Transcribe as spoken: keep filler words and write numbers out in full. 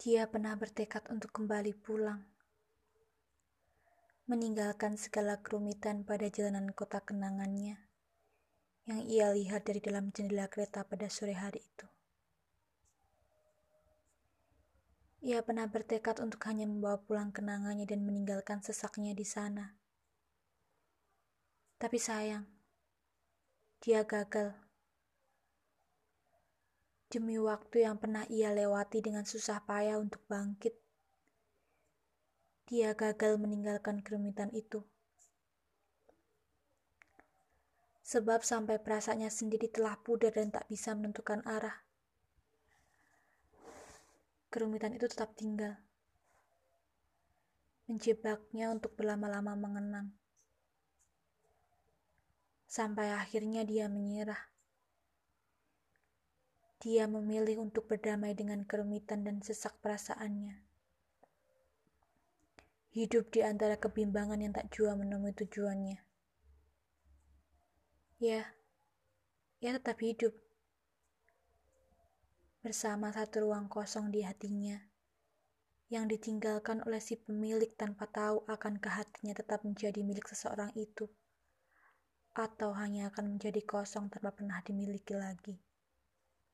Dia pernah bertekad untuk kembali pulang, meninggalkan segala kerumitan pada jalanan kota kenangannya yang ia lihat dari dalam jendela kereta pada sore hari itu. Ia pernah bertekad untuk hanya membawa pulang kenangannya dan meninggalkan sesaknya di sana. Tapi sayang, dia gagal. Demi waktu yang pernah ia lewati dengan susah payah untuk bangkit, dia gagal meninggalkan kerumitan itu. Sebab sampai perasaannya sendiri telah pudar dan tak bisa menentukan arah, kerumitan itu tetap tinggal, menjebaknya untuk berlama-lama mengenang. Sampai akhirnya dia menyerah. Dia memilih untuk berdamai dengan kerumitan dan sesak perasaannya. Hidup di antara kebimbangan yang tak jua menemui tujuannya. Ya, ia tetap hidup. Bersama satu ruang kosong di hatinya, yang ditinggalkan oleh si pemilik tanpa tahu akankah hatinya tetap menjadi milik seseorang itu, atau hanya akan menjadi kosong tanpa pernah dimiliki lagi.